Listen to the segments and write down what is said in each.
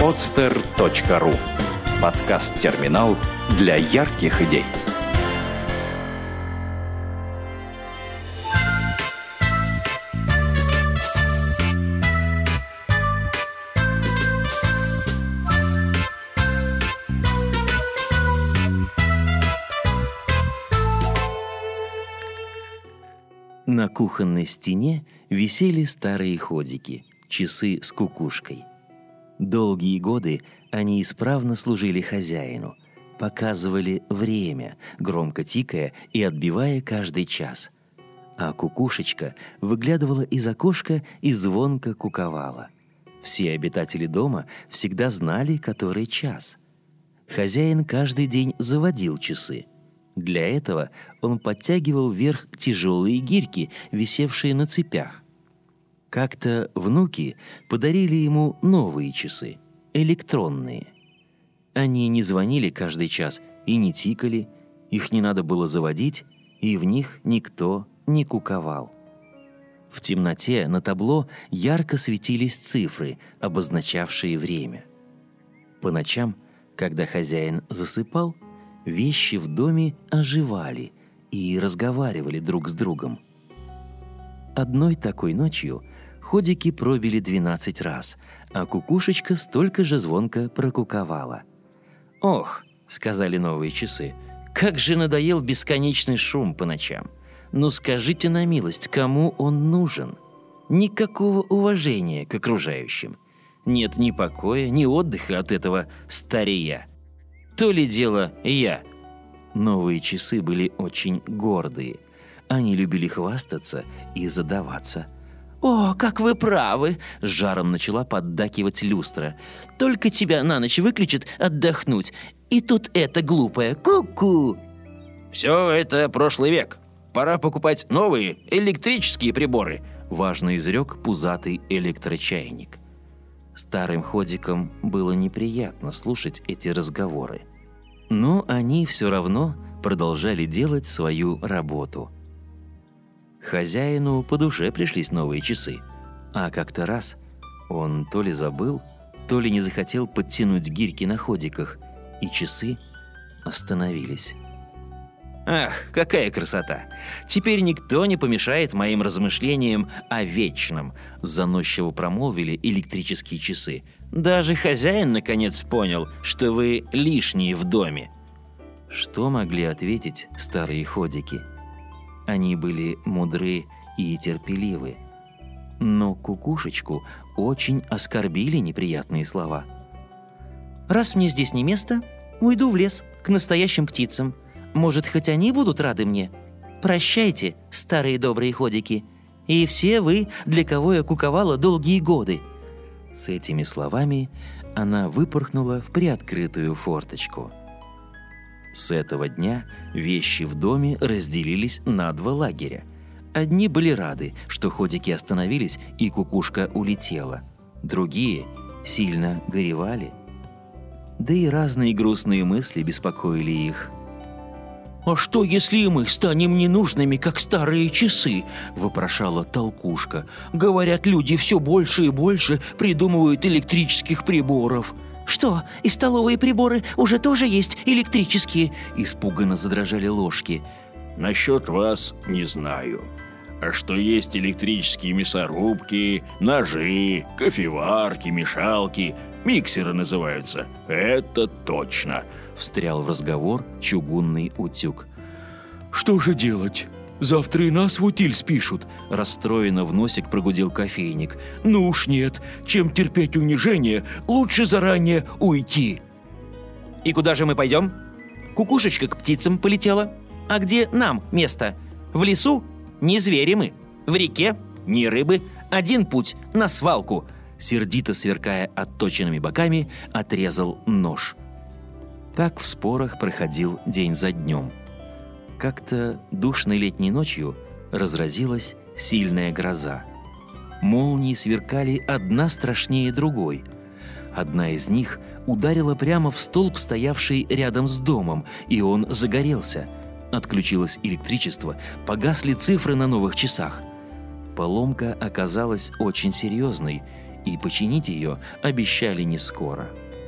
podster.ru. Подкаст-терминал для ярких идей. На кухонной стене висели старые ходики, часы с кукушкой. Долгие годы они исправно служили хозяину, показывали время, громко тикая и отбивая каждый час. А кукушечка выглядывала из окошка и звонко куковала. Все обитатели дома всегда знали, который час. Хозяин каждый день заводил часы. Для этого он подтягивал вверх тяжелые гирьки, висевшие на цепях. Как-то внуки подарили ему новые часы, электронные. Они не звонили каждый час и не тикали, их не надо было заводить, и в них никто не куковал. В темноте на табло ярко светились цифры, обозначавшие время. По ночам, когда хозяин засыпал, вещи в доме оживали и разговаривали друг с другом. Одной такой ночью ходики пробили 12 раз, а кукушечка столько же звонко прокуковала. «Ох», — сказали новые часы, — «как же надоел бесконечный шум по ночам! Ну скажите на милость, кому он нужен? Никакого уважения к окружающим. Нет ни покоя, ни отдыха от этого стария. То ли дело я». Новые часы были очень гордые. Они любили хвастаться и задаваться. «О, как вы правы!» — с жаром начала поддакивать люстра. «Только тебя на ночь выключат отдохнуть. И тут эта глупая ку-ку!» «Все это прошлый век. Пора покупать новые электрические приборы», — важно изрек пузатый электрочайник. Старым ходикам было неприятно слушать эти разговоры. Но они все равно продолжали делать свою работу. Хозяину по душе пришлись новые часы, а как-то раз он то ли забыл, то ли не захотел подтянуть гирьки на ходиках, и часы остановились. «Ах, какая красота! Теперь никто не помешает моим размышлениям о вечном», — заносчиво промолвили электрические часы. «Даже хозяин наконец понял, что вы лишние в доме». Что могли ответить старые ходики? Они были мудры и терпеливы. Но кукушечку очень оскорбили неприятные слова. «Раз мне здесь не место, уйду в лес, к настоящим птицам. Может, хоть они будут рады мне? Прощайте, старые добрые ходики, и все вы, для кого я куковала долгие годы». С этими словами она выпорхнула в приоткрытую форточку. С этого дня вещи в доме разделились на два лагеря. Одни были рады, что ходики остановились и кукушка улетела. Другие сильно горевали. Да и разные грустные мысли беспокоили их. «А что, если мы станем ненужными, как старые часы?» – вопрошала толкушка. «Говорят, люди все больше и больше придумывают электрических приборов». «Что, и столовые приборы уже тоже есть электрические?» – испуганно задрожали ложки. «Насчет вас не знаю. А что есть электрические мясорубки, ножи, кофеварки, мешалки, миксеры называются, это точно», – встрял в разговор чугунный утюг. «Что же делать? Завтра и нас в утиль спишут», – расстроенно в носик прогудел кофейник. «Ну уж нет, чем терпеть унижение, лучше заранее уйти». «И куда же мы пойдем? Кукушечка к птицам полетела. А где нам место? В лесу? Не звери мы. В реке? Не рыбы. Один путь – на свалку». Сердито сверкая отточенными боками, отрезал нож. Так в спорах проходил день за днем. Как-то душной летней ночью разразилась сильная гроза. Молнии сверкали одна страшнее другой. Одна из них ударила прямо в столб, стоявший рядом с домом, и он загорелся. Отключилось электричество, погасли цифры на новых часах. Поломка оказалась очень серьезной, и починить ее обещали не скоро.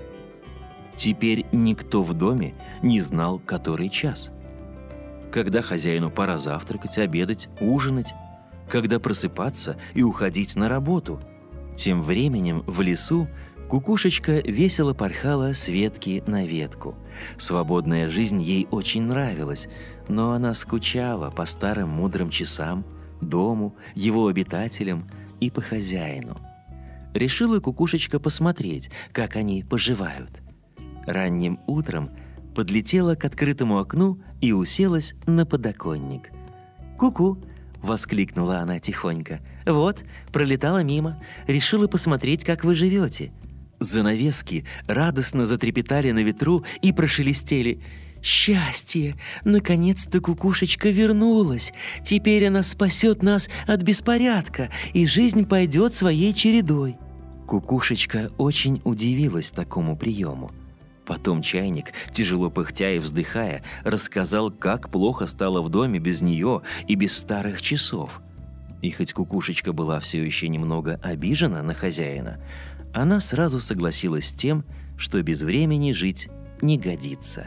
Теперь никто в доме не знал, который час. Когда хозяину пора завтракать, обедать, ужинать, когда просыпаться и уходить на работу. Тем временем в лесу кукушечка весело порхала с ветки на ветку. Свободная жизнь ей очень нравилась, но она скучала по старым мудрым часам, дому, его обитателям и по хозяину. Решила кукушечка посмотреть, как они поживают. Ранним утром подлетела к открытому окну и уселась на подоконник. «Ку-ку!» — воскликнула она тихонько. «Вот, пролетала мимо, решила посмотреть, как вы живете». Занавески радостно затрепетали на ветру и прошелестели. «Счастье! Наконец-то кукушечка вернулась! Теперь она спасет нас от беспорядка, и жизнь пойдет своей чередой!» Кукушечка очень удивилась такому приему. Потом чайник, тяжело пыхтя и вздыхая, рассказал, как плохо стало в доме без нее и без старых часов. И хоть кукушечка была все еще немного обижена на хозяина, она сразу согласилась с тем, что без времени жить не годится.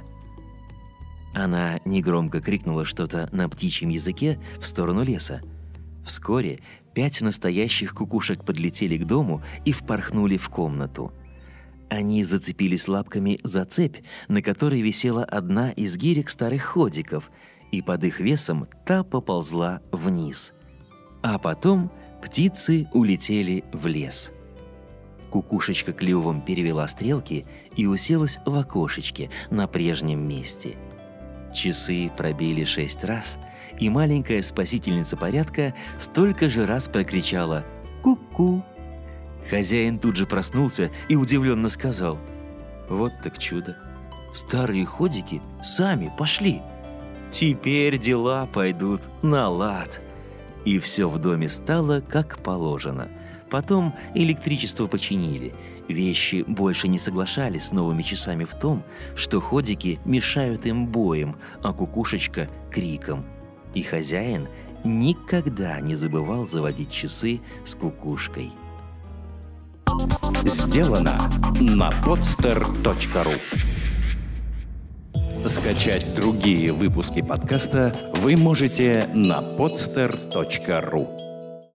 Она негромко крикнула что-то на птичьем языке в сторону леса. Вскоре 5 настоящих кукушек подлетели к дому и впорхнули в комнату. Они зацепились лапками за цепь, на которой висела одна из гирек старых ходиков, и под их весом та поползла вниз. А потом птицы улетели в лес. Кукушечка клювом перевела стрелки и уселась в окошечке на прежнем месте. Часы пробили 6 раз, и маленькая спасительница порядка столько же раз прокричала «Ку-ку!». Хозяин тут же проснулся и удивленно сказал: «Вот так чудо! Старые ходики сами пошли! Теперь дела пойдут на лад!» И все в доме стало как положено. Потом электричество починили. Вещи больше не соглашались с новыми часами в том, что ходики мешают им боем, а кукушечка — криком. И хозяин никогда не забывал заводить часы с кукушкой. Сделано на podster.ru. Скачать другие выпуски подкаста вы можете на podster.ru.